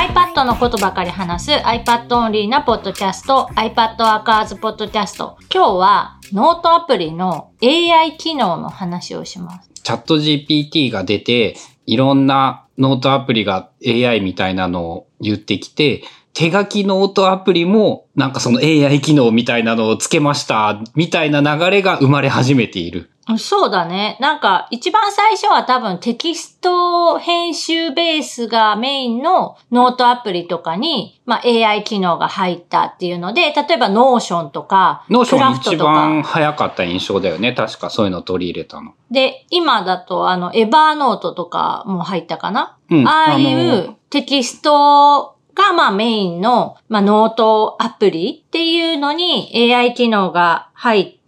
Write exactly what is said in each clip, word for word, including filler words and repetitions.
iPad のことばかり話す iPad オンリーなポッドキャスト iPad Workers ポッドキャスト。今日はノートアプリの エーアイ 機能の話をします。 チャット ジーピーティー が出て、いろんなノートアプリが エーアイ みたいなのを言ってきて、手書きノートアプリもなんかその エーアイ 機能みたいなのをつけましたみたいな流れが生まれ始めている。 そうだね。なんか一番最初は多分テキスト編集ベースがメインのノートアプリとかに、まあ エーアイ 機能が入ったっていうので、例えばノーションとか、 ノーション一番早かった印象だよね。確かそういうの取り入れたの。 で、今だとあのエバーノートとかも入ったかな、うん、ああいうテキストがまあメインの、まあ、ノートアプリっていうのに エーアイ 機能が入って、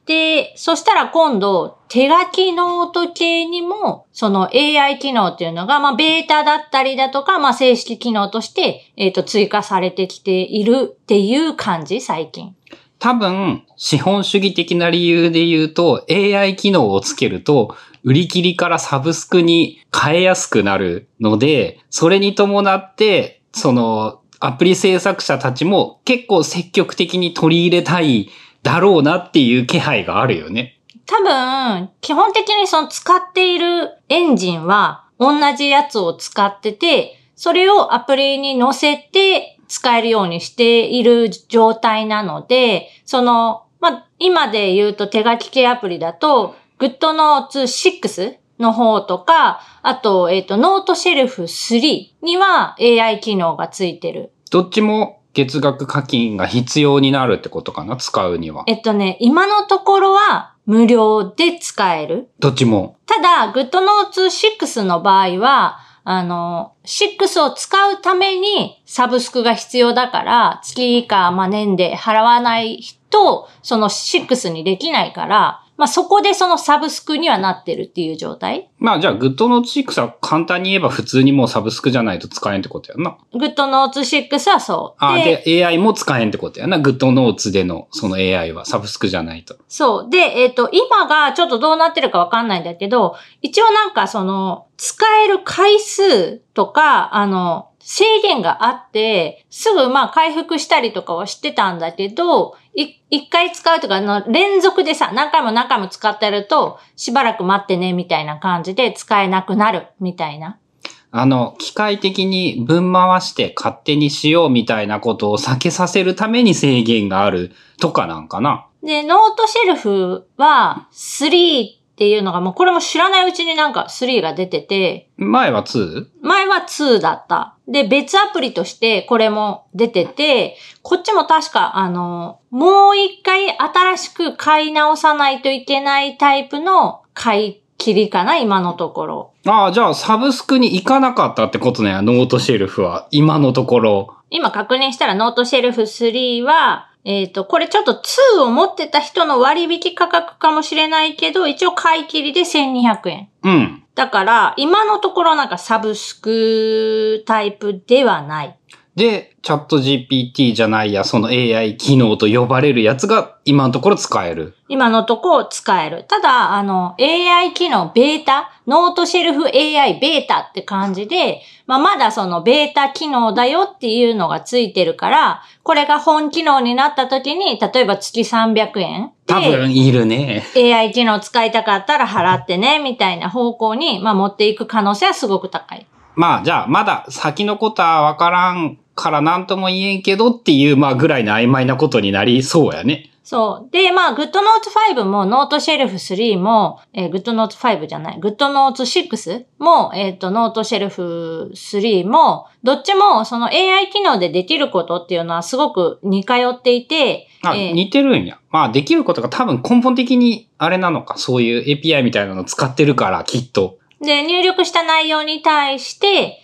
で、そしたら今度手書きノート系にもその エーアイ 機能っていうのがまあベータだったりだとか、まあ正式機能としてえっと追加されてきているっていう感じ最近。 多分資本主義的な理由で言うと エーアイ 機能をつけると売り切りからサブスクに変えやすくなるので、それに伴ってそのアプリ制作者たちも結構積極的に取り入れたいだろうなっていう気配があるよね。 多分、基本的にその使っているエンジンは同じやつを使ってて、それをアプリに載せて使えるようにしている状態なので、その、まあ、今で言うと手書き系アプリだと、GoodNotes シックスの方とか、あと、えっと、ノートシェルフスリーには エーアイ 機能がついてる。 どっちも月額課金が必要になるってことかな、使うには。 えっとね、今のところは無料で使える。 どっちも。 ただ、GoodNotes シックスの場合は、あの、シックスを使うためにサブスクが必要だから、月か、まあ、年で払わないと、そのシックスにできないから、まあ、そこでそのサブスクにはなってるっていう状態。 まあ、じゃあ、GoodNotes シックスは簡単に言えば普通にもうサブスクじゃないと使えんってことやな。 GoodNotes シックスはそう。 あ、で、エーアイ も使えんってことやな。GoodNotes でのその エーアイ はサブスクじゃないと。 そう。で、えっと、今がちょっとどうなってるかわかんないんだけど、一応なんかその、使える回数とか、あの、制限があって、すぐまあ回復したりとかはしてたんだけど、い一回使うとか、あの、連続でさ、何回も何回も使ってると、しばらく待ってね、みたいな感じで使えなくなる、みたいな。 あの、機械的に分回して勝手にしようみたいなことを避けさせるために制限があるとかなんかな。 で、ノートシェルフはスリーっていうのがもうこれも知らないうちになんかスリーが出てて。 前はツー？前はツーだった。で、別アプリとしてこれも出てて、こっちも確かあの、もう一回新しく買い直さないといけないタイプの買い切りかな、今のところ。 ああ、じゃあサブスクに行かなかったってことね、ノートシェルフは。今のところ。 今確認したらノートシェルフスリーは、えっと、これちょっとツーを持ってた人の割引価格かもしれないけど、一応買い切りでせんにひゃくえん。 うん。 だから、今のところなんかサブスクタイプではない。 で、チャット ジーピーティー じゃないや、その エーアイ 機能と呼ばれるやつが今のところ使える。 今のところ使える。ただ、あの、エーアイ 機能ベータ、ノートシェルフ エーアイ ベータって感じで、まあ、まだそのベータ機能だよっていうのがついてるから、これが本機能になった時に、例えば月さんびゃくえんで、 多分いるね。 エーアイ 機能使いたかったら払ってね、みたいな方向に、まあ、持っていく可能性はすごく高い。 まあ、じゃあ、まだ先のことはわからんから何とも言えんけどっていう、まあ、ぐらいの曖昧なことになりそうやね。 そう。で、まあ、GoodNotes ファイブも、ノートシェルフスリーも、えー、GoodNotes ファイブじゃない、GoodNotes シックスも、えっと、ノートシェルフスリーも、どっちも、その エーアイ 機能でできることっていうのはすごく似通っていて、 あ、 えー、 似てるんや。まあ、できることが多分根本的にあれなのか、そういう エーピーアイ みたいなの使ってるから、きっと。 で、入力した内容に対して、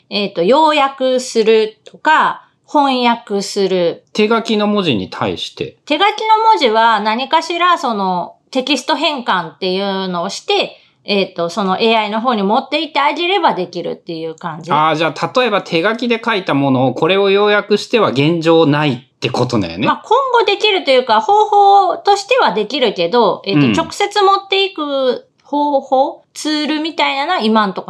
えっと、要約するとか、翻訳する。 手書きの文字に対して。 手書きの文字は何かしらそのテキスト変換っていうのをして、えっと、その エーアイ の方に持っていってあげればできるっていう感じ。 ああ、じゃあ例えば手書きで書いたものをこれを要約しては現状ないってことだよね。 まあ今後できるというか方法としてはできるけど、えっと、うん、直接持っていく方法、ツールみたいなのは今んとこない。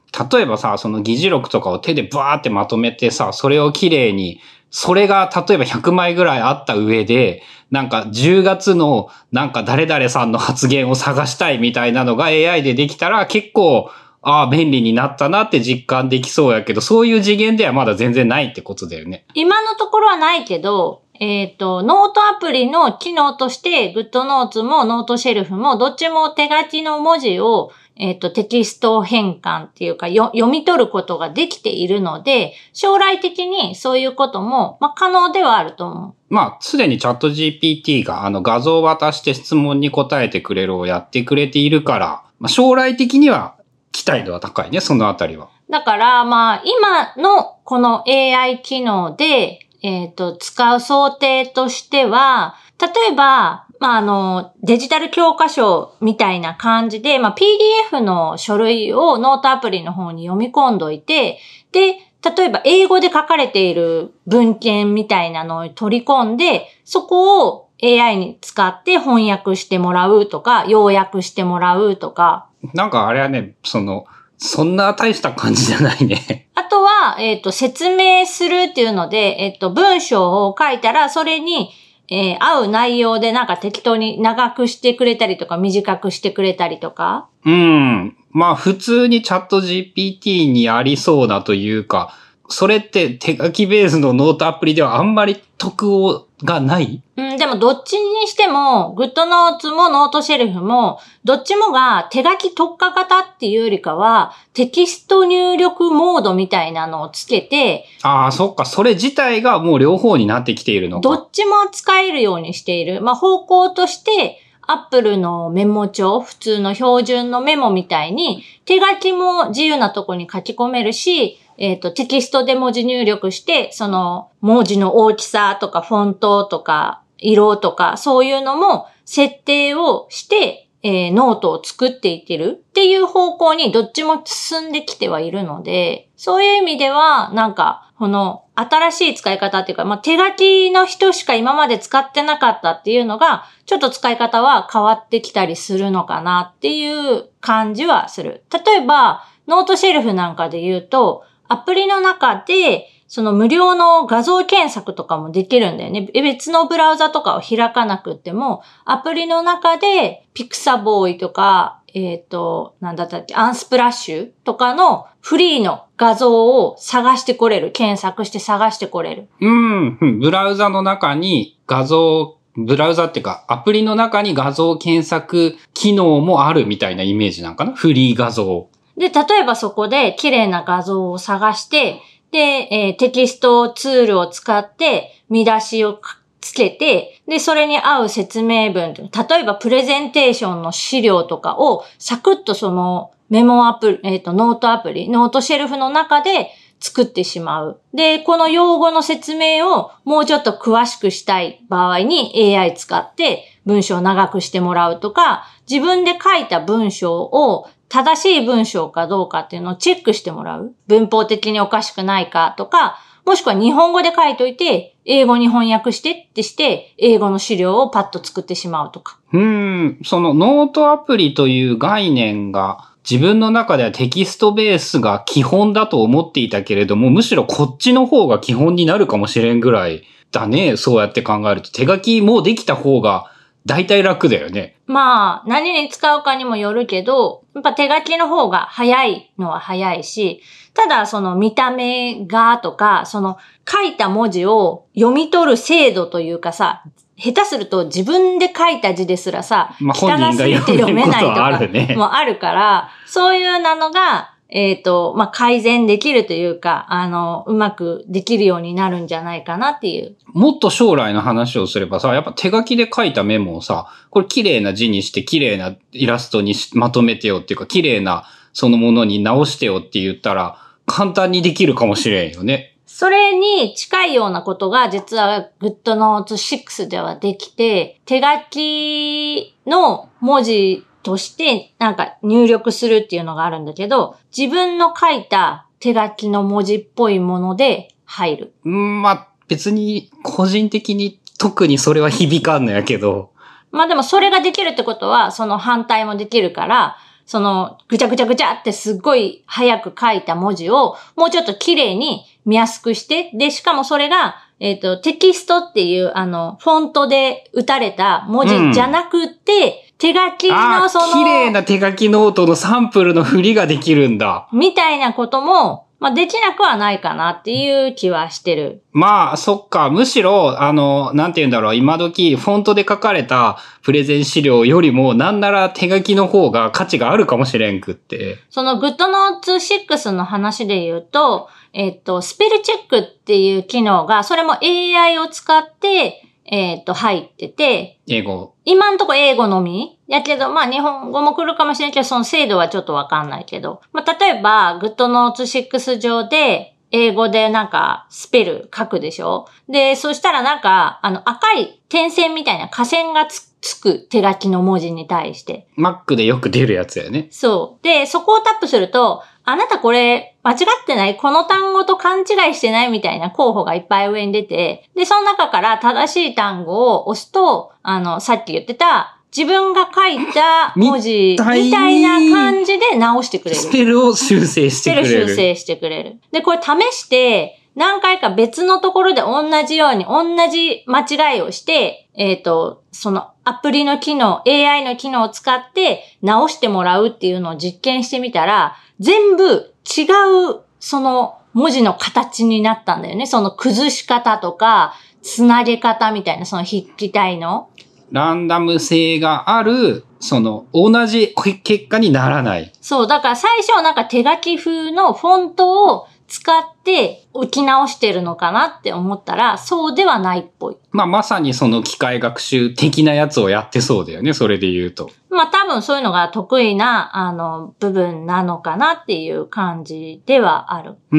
例えばさ、その議事録とかを手でバーってまとめてさ、それをきれいに、それが例えばひゃくまいぐらいあった上で、なんかじゅうがつのなんか誰々さんの発言を探したいみたいなのが エーアイ でできたら結構、ああ、便利になったなって実感できそうやけど、そういう次元ではまだ全然ないってことだよね。 今のところはないけど、えっと、ノートアプリの機能として、GoodNotes もノートシェルフも、どっちも手書きの文字を、えっと、テキスト変換っていうか、よ読み取ることができているので、将来的にそういうことも、まあ、可能ではあると思う。 まあ、すでにチャット ジーピーティー があの画像を渡して質問に答えてくれるをやってくれているから、まあ、将来的には期待度は高いね、そのあたりは。 だから、まあ、今のこの エーアイ 機能で、えっと、使う想定としては、例えば、まあ、あの、デジタル教科書みたいな感じで、まあ、ピーディーエフ の書類をノートアプリの方に読み込んどいて、で、例えば英語で書かれている文献みたいなのを取り込んで、そこを エーアイ に使って翻訳してもらうとか、要約してもらうとか。 なんかあれはね、その、そんな大した感じじゃないね。 あとは、えっと、説明するっていうので、えっと、文章を書いたら、それに、えー、合う内容でなんか適当に長くしてくれたりとか、短くしてくれたりとか。 うん。まあ、普通にチャット ジーピーティー にありそうなというか、それって手書きベースのノートアプリではあんまり得をがない？ うん、でもどっちにしても、GoodNotes もノートシェルフも、どっちもが手書き特化型っていうよりかは、テキスト入力モードみたいなのをつけて、 ああ、そっか、それ自体がもう両方になってきているのか。 どっちも使えるようにしている。まあ、方向として、Apple のメモ帳、普通の標準のメモみたいに、手書きも自由なとこに書き込めるし、えっと、テキストで文字入力して、その文字の大きさとかフォントとか色とかそういうのも設定をして、えー、ノートを作っていってるっていう方向にどっちも進んできてはいるので、そういう意味ではなんかこの新しい使い方っていうか、まあ、手書きの人しか今まで使ってなかったっていうのがちょっと使い方は変わってきたりするのかなっていう感じはする。例えばノートシェルフなんかで言うと、アプリの中で、その無料の画像検索とかもできるんだよね。別のブラウザとかを開かなくっても、アプリの中で、ピクサボーイとか、えっと、なんだったっけ、アンスプラッシュとかのフリーの画像を探してこれる。検索して探してこれる。 うん、ブラウザの中に画像、ブラウザっていうか、アプリの中に画像検索機能もあるみたいなイメージなんかな？フリー画像。 で、例えばそこで綺麗な画像を探して、で、えー、テキストツールを使って見出しをつけて、で、それに合う説明文、例えばプレゼンテーションの資料とかをサクッとそのメモアプリ、えっと、ノートアプリ、ノートシェルフの中で作ってしまう。で、この用語の説明をもうちょっと詳しくしたい場合に エーアイ 使って文章を長くしてもらうとか、自分で書いた文章を正しい文章かどうかっていうのをチェックしてもらう。文法的におかしくないかとか、もしくは日本語で書いといて、英語に翻訳してってして、英語の資料をパッと作ってしまうとか。 うーん、そのノートアプリという概念が自分の中ではテキストベースが基本だと思っていたけれども、むしろこっちの方が基本になるかもしれんぐらいだね。そうやって考えると手書きもできた方が大体楽だよね。 まあ、何に使うかにもよるけど、やっぱ手書きの方が早いのは早いし、ただその見た目がとか、その書いた文字を読み取る精度というかさ、下手すると自分で書いた字ですらさ、 まあ、本人が汚すぎて読めないとかあるね。 もあるから、そういうなのが、えっと、まあ、改善できるというか、あの、うまくできるようになるんじゃないかなっていう。 もっと将来の話をすればさ、やっぱ手書きで書いたメモをさ、これ綺麗な字にして綺麗なイラストにまとめてよっていうか、綺麗なそのものに直してよって言ったら、簡単にできるかもしれんよね。 それに近いようなことが実は GoodNotes シックスではできて、手書きの文字としてなんか入力するっていうのがあるんだけど、自分の書いた手書きの文字っぽいもので入る。 うん、まあ別に個人的に特にそれは響かんのやけど。 まあでもそれができるってことはその反対もできるから、 その、ぐちゃぐちゃぐちゃってすっごい早く書いた文字を、もうちょっと綺麗に見やすくして、で、しかもそれが、えっと、テキストっていう、あの、フォントで打たれた文字じゃなくて、うん、手書きのその、 綺麗な手書きノートのサンプルの振りができるんだ。 みたいなことも、まあ、できなくはないかなっていう気はしてる。 まあ、そっか。むしろ、あの、なんて言うんだろう。今時、フォントで書かれたプレゼン資料よりも、なんなら手書きの方が価値があるかもしれんくって。 その GoodNotes シックスの話で言うと、えっと、スペルチェックっていう機能が、それも エーアイ を使って、えっと、入ってて。 英語。 今んとこ英語のみやけど、まあ日本語も来るかもしれんけど、その精度はちょっとわかんないけど。まあ例えば、GoodNotes シックス上で、英語でなんか、スペル書くでしょ？で、そしたらなんか、あの赤い点線みたいな下線がつつく手書きの文字に対して。 Mac でよく出るやつやね。 そう。で、そこをタップすると、あなたこれ間違ってない？この単語と勘違いしてない？みたいな候補がいっぱい上に出て、で、その中から正しい単語を押すと、あの、さっき言ってた、自分が書いた文字みたいな感じで直してくれる。 スペルを修正してくれる。 スペル修正してくれる。で、これ試して、何回か別のところで同じように、同じ間違いをして、えっと、そのアプリの機能、エーアイ の機能を使って直してもらうっていうのを実験してみたら、全部違う、その文字の形になったんだよね。その崩し方とか、つなげ方みたいな、その筆記体の。 ランダム性がある、その、同じ結果にならない。 そう、だから最初はなんか手書き風のフォントを使って置き直してるのかなって思ったら、そうではないっぽい。 まあまさにその機械学習的なやつをやってそうだよね、それで言うと。 まあ多分そういうのが得意な、あの、部分なのかなっていう感じではある。 うん。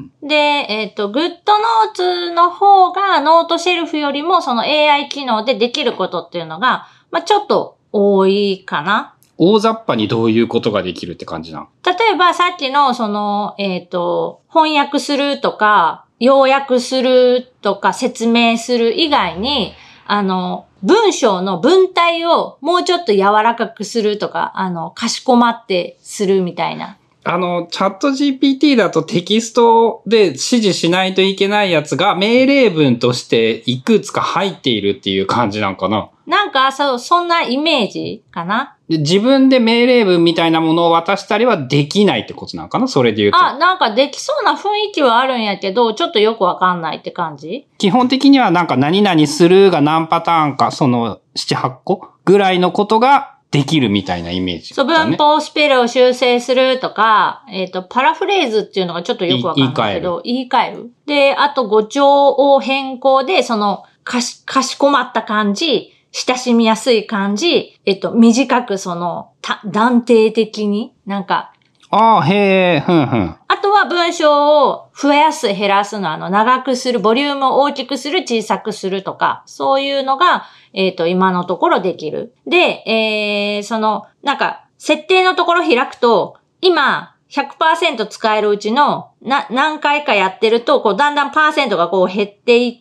で、えっと、GoodNotes の方がノートシェルフよりもその エーアイ 機能でできることっていうのが、まあちょっと多いかな。 大雑把にどういうことができるって感じなの？ 例えばさっきのその、えっと、翻訳するとか、要約するとか説明する以外に、あの、文章の文体をもうちょっと柔らかくするとか、あの、かしこまってするみたいな。 あの、チャット ジーピーティー だとテキストで指示しないといけないやつが命令文としていくつか入っているっていう感じなんかな？ なんか、そう、そんなイメージかな。 で自分で命令文みたいなものを渡したりはできないってことなのかな？それで言うと。 あ、なんかできそうな雰囲気はあるんやけど、ちょっとよくわかんないって感じ？ 基本的にはなんか何々するが何パターンか、そのなな、はち個ぐらいのことができるみたいなイメージ、ね。 そう、文法スペルを修正するとか、えっと、パラフレーズっていうのがちょっとよくわかんないけど、言い換える。で、あと語調を変更で、その、かし、かしこまった感じ、親しみやすい感じ、えっと、短くその、た、断定的に、なんか。 ああ、へえ、ふんふん。 あとは文章を増やす、減らすの、あの、長くする、ボリュームを大きくする、小さくするとか、そういうのが、えっと、今のところできる。で、えー、その、なんか、設定のところ開くと、今、ひゃくパーセント 使えるうちの、な、何回かやってると、こう、だんだんパーセントがこう減っていって、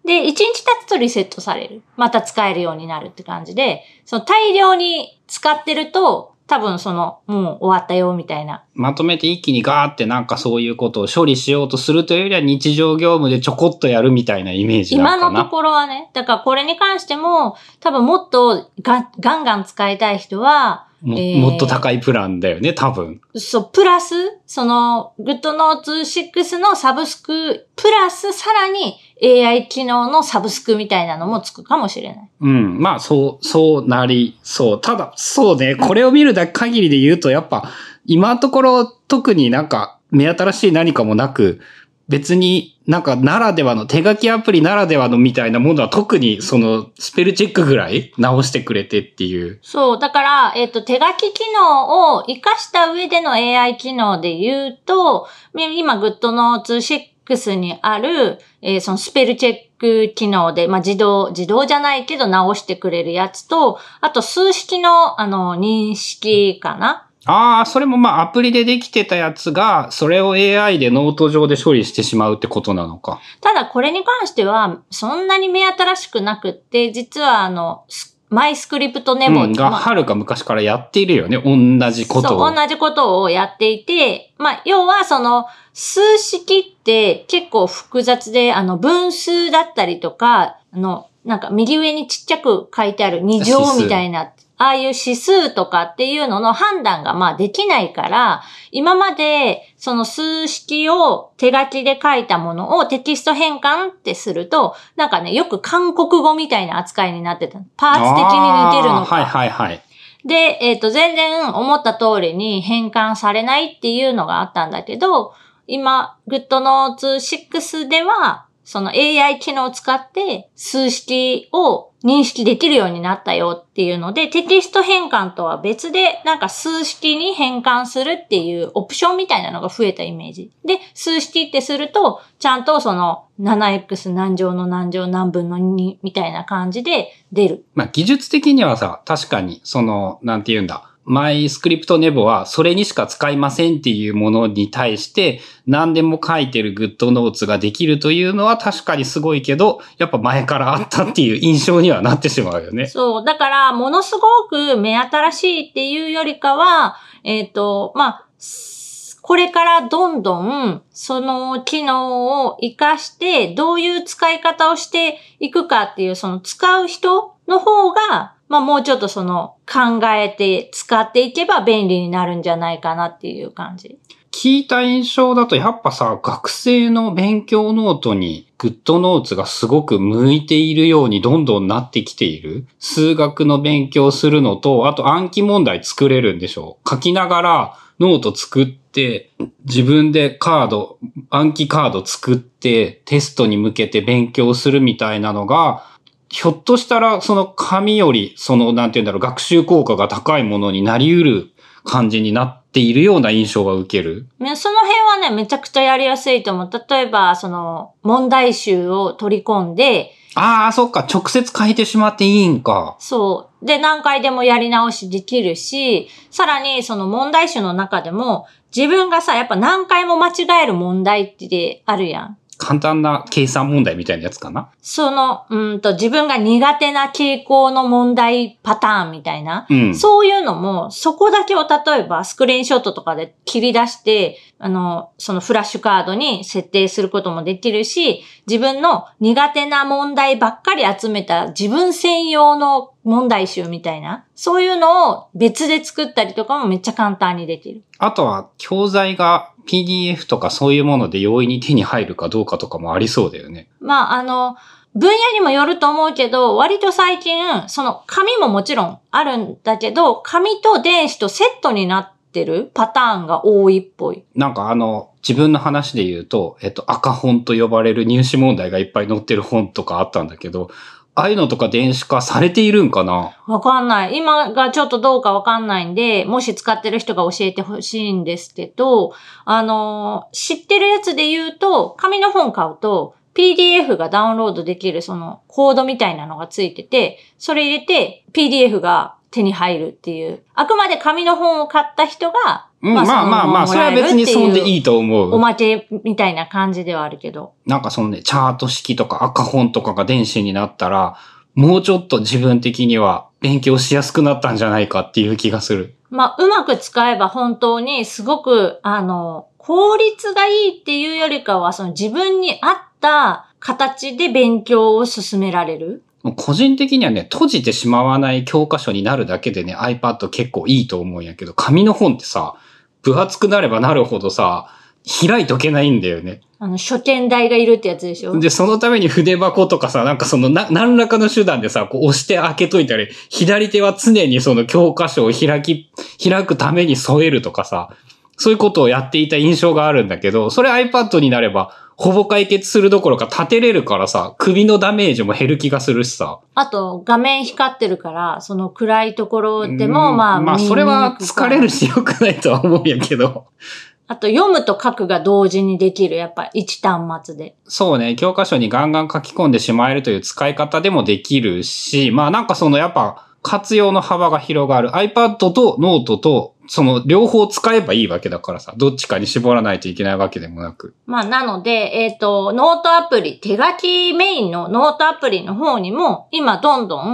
で、いちにち経つとリセットされる。また使えるようになるって感じで、その大量に使ってると、多分その、もう終わったよ、みたいな。 まとめて一気にガーってなんかそういうことを処理しようとするというよりは日常業務でちょこっとやるみたいなイメージなのかな。 今のところはね。だからこれに関しても、多分もっとガガンガン使いたい人は、 も, えー、もっと高いプランだよね、多分。 そう、プラス、その、GoodNotes シックスのサブスク、プラスさらに エーアイ 機能のサブスクみたいなのもつくかもしれない。 うん。まあ、そう、そうなり、そう。ただ、そうね、これを見るだけ限りで言うと、やっぱ、今のところ特になんか目新しい何かもなく、別になんかならではの手書きアプリならではのみたいなものは特にそのスペルチェックぐらい直してくれてっていう。 そう。だから、えっと、手書き機能を活かした上での エーアイ 機能で言うと、今 GoodNotes シックスにある、えー、そのスペルチェック機能で、まあ、自動、自動じゃないけど直してくれるやつと、あと数式のあの認識かな。 ああ、それもまあアプリでできてたやつが、それを エーアイ でノート上で処理してしまうってことなのか。 ただこれに関しては、そんなに目新しくなくって、実はあの、 マイスクリプトネボ、 うん、が、はるか昔からやっているよね。同じことを。 そう、同じことをやっていて、まあ、要はその、数式って結構複雑で、あの、分数だったりとか、あの、なんか右上にちっちゃく書いてある二乗みたいな、ああいう指数とかっていうのの判断がまあできないから、今までその数式を手書きで書いたものをテキスト変換ってすると、なんかね、よく韓国語みたいな扱いになってた。パーツ的に似てるのか。 はいはいはい。 で、えっと、全然思った通りに変換されないっていうのがあったんだけど、今、GoodNotes シックスでは、その エーアイ 機能を使って数式を認識できるようになったよっていうので、テキスト変換とは別でなんか数式に変換するっていうオプションみたいなのが増えたイメージ。で、数式ってすると、ちゃんとその ななエックス 何乗の何乗何分のにみたいな感じで出る。 まあ技術的にはさ、確かにその、なんて言うんだ。マイスクリプトネボはそれにしか使いませんっていうものに対して何でも書いてるグッドノーツができるというのは確かにすごいけど、やっぱ前からあったっていう印象にはなってしまうよね。 そう。だからものすごく目新しいっていうよりかは、えっと、まあ、これからどんどんその機能を活かしてどういう使い方をしていくかっていうその使う人の方がまあもうちょっとその考えて使っていけば便利になるんじゃないかなっていう感じ。 聞いた印象だとやっぱさ、学生の勉強ノートにグッドノーツがすごく向いているようにどんどんなってきている。数学の勉強するのと、あと暗記問題作れるんでしょ。書きながらノート作って、自分でカード、暗記カード作ってテストに向けて勉強するみたいなのが、ひょっとしたらその紙よりそのなんて言うんだろう学習効果が高いものになり得る感じになっているような印象が受ける。 ね、その辺はねめちゃくちゃやりやすいと思う。例えばその問題集を取り込んで、 ああ、そっか、直接書いてしまっていいんか。 そう。で、何回でもやり直しできるし、さらにその問題集の中でも自分がさ、やっぱ何回も間違える問題ってあるやん。 簡単な計算問題みたいなやつかな。 その、うんと、自分が苦手な傾向の問題パターンみたいな。 うん、 そういうのも、そこだけを例えばスクリーンショットとかで切り出して、あの、そのフラッシュカードに設定することもできるし、自分の苦手な問題ばっかり集めた自分専用の問題集みたいな。そういうのを別で作ったりとかもめっちゃ簡単にできる。 あとは、教材がピーディーエフ とかそういうもので容易に手に入るかどうかとかもありそうだよね。 まあ、あの、分野にもよると思うけど、割と最近、その紙ももちろんあるんだけど、紙と電子とセットになってるパターンが多いっぽい。 なんかあの、自分の話で言うと、えっと、赤本と呼ばれる入試問題がいっぱい載ってる本とかあったんだけど、ああいうのとか電子化されているんかな？ わかんない。今がちょっとどうかわかんないんで、もし使ってる人が教えてほしいんですけど、あの、知ってるやつで言うと、紙の本買うと、ピーディーエフ がダウンロードできるそのコードみたいなのがついてて、それ入れて ピーディーエフ が手に入るっていう。あくまで紙の本を買った人が、 うん、まあまあまあまあ、それは別にそんでいいと思う。 おまけみたいな感じではあるけど。 なんかそのね、チャート式とか赤本とかが電子になったら、もうちょっと自分的には勉強しやすくなったんじゃないかっていう気がする。 まあ、うまく使えば本当にすごく、あの、効率がいいっていうよりかは、その自分に合った形で勉強を進められる。 個人的にはね、閉じてしまわない教科書になるだけでね、iPad 結構いいと思うんやけど、紙の本ってさ、分厚くなればなるほどさ、開いとけないんだよね。 あの、書店台がいるってやつでしょ？ で、そのために筆箱とかさ、なんかそのな、何らかの手段でさ、こう押して開けといたり、左手は常にその教科書を開き、開くために添えるとかさ、そういうことをやっていた印象があるんだけど、それ iPad になれば、ほぼ解決するどころか立てれるからさ、首のダメージも減る気がするしさ。 あと、画面光ってるから、その暗いところでも、まあ、 まあ、それは疲れるし良くないとは思うんやけど。 あと、読むと書くが同時にできる。やっぱ一端末で。 そうね。教科書にガンガン書き込んでしまえるという使い方でもできるし、まあなんかそのやっぱ活用の幅が広がる。iPad とノートと、その両方使えばいいわけだからさ。どっちかに絞らないといけないわけでもなく。 まあなので、えっと、ノートアプリ、手書きメインのノートアプリの方にも、今どんどん、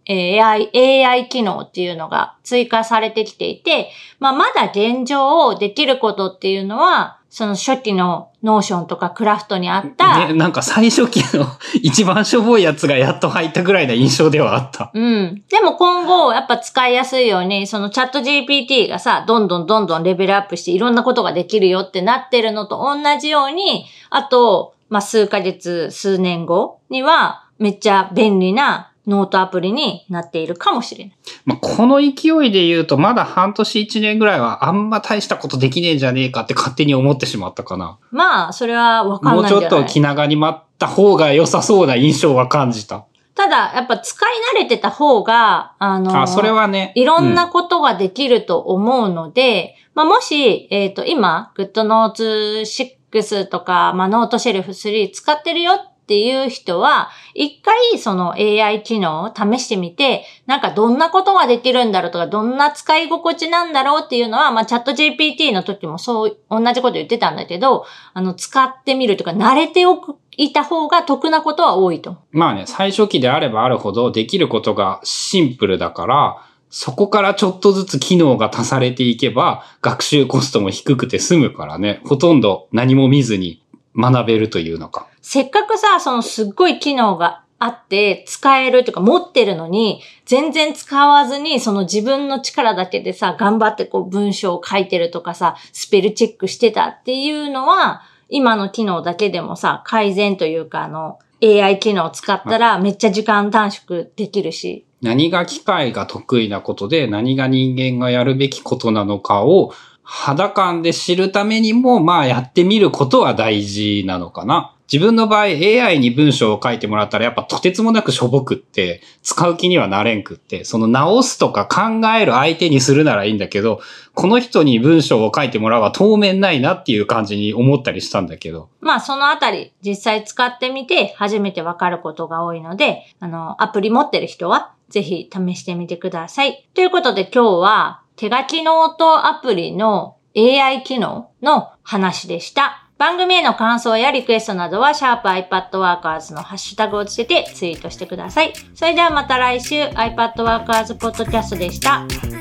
エーアイ、エーアイ 機能っていうのが追加されてきていて、まあまだ現状できることっていうのは、その初期のノーションとかクラフトにあった。 ね、なんか最初期の一番しょぼいやつがやっと入ったぐらいな印象ではあった。 うん。でも今後、やっぱ使いやすいように、そのチャット ジーピーティー がさ、どんどんどんどんレベルアップしていろんなことができるよってなってるのと同じように、あと、まあ、数ヶ月、数年後には、めっちゃ便利なノートアプリになっているかもしれない。 まあ、この勢いで言うと、まだ半年一年ぐらいはあんま大したことできねえんじゃねえかって勝手に思ってしまったかな。 まあ、それはわかんないんじゃない？ もうちょっと気長に待った方が良さそうな印象は感じた。 ただ、やっぱ使い慣れてた方が、あの、 あ、それはね。 いろんなことができると思うので、うん、まあ、もし、えっと、今、GoodNotes シックスとか、まあ、ノートシェルフスリー使ってるよっていう人は、一回その エーアイ 機能を試してみて、なんかどんなことができるんだろうとか、どんな使い心地なんだろうっていうのは、まあ、チャット ジーピーティー の時もそう、同じこと言ってたんだけど、あの、使ってみるとか、慣れておく、いた方が得なことは多いと。 まあね、最初期であればあるほどできることがシンプルだから、そこからちょっとずつ機能が足されていけば、学習コストも低くて済むからね、ほとんど何も見ずに学べるというのか。 せっかくさ、そのすっごい機能があって使えるというか持ってるのに、全然使わずにその自分の力だけでさ、頑張ってこう文章を書いてるとかさ、スペルチェックしてたっていうのは、今の機能だけでもさ、改善というかあの、エーアイ 機能を使ったらめっちゃ時間短縮できるし。 何が機械が得意なことで、何が人間がやるべきことなのかを肌感で知るためにも、まあやってみることは大事なのかな。自分の場合 エーアイ に文章を書いてもらったらやっぱとてつもなくしょぼくって使う気にはなれんくって、その直すとか考える相手にするならいいんだけど、この人に文章を書いてもらうは当面ないなっていう感じに思ったりしたんだけど。 まあそのあたり実際使ってみて初めてわかることが多いので、あのアプリ持ってる人はぜひ試してみてください。ということで今日は手書きノートアプリの エーアイ 機能の話でした。番組への感想やリクエストなどは、シャープ iPadWorkers のハッシュタグをつけてツイートしてください。それではまた来週、iPadWorkers Podcast でした。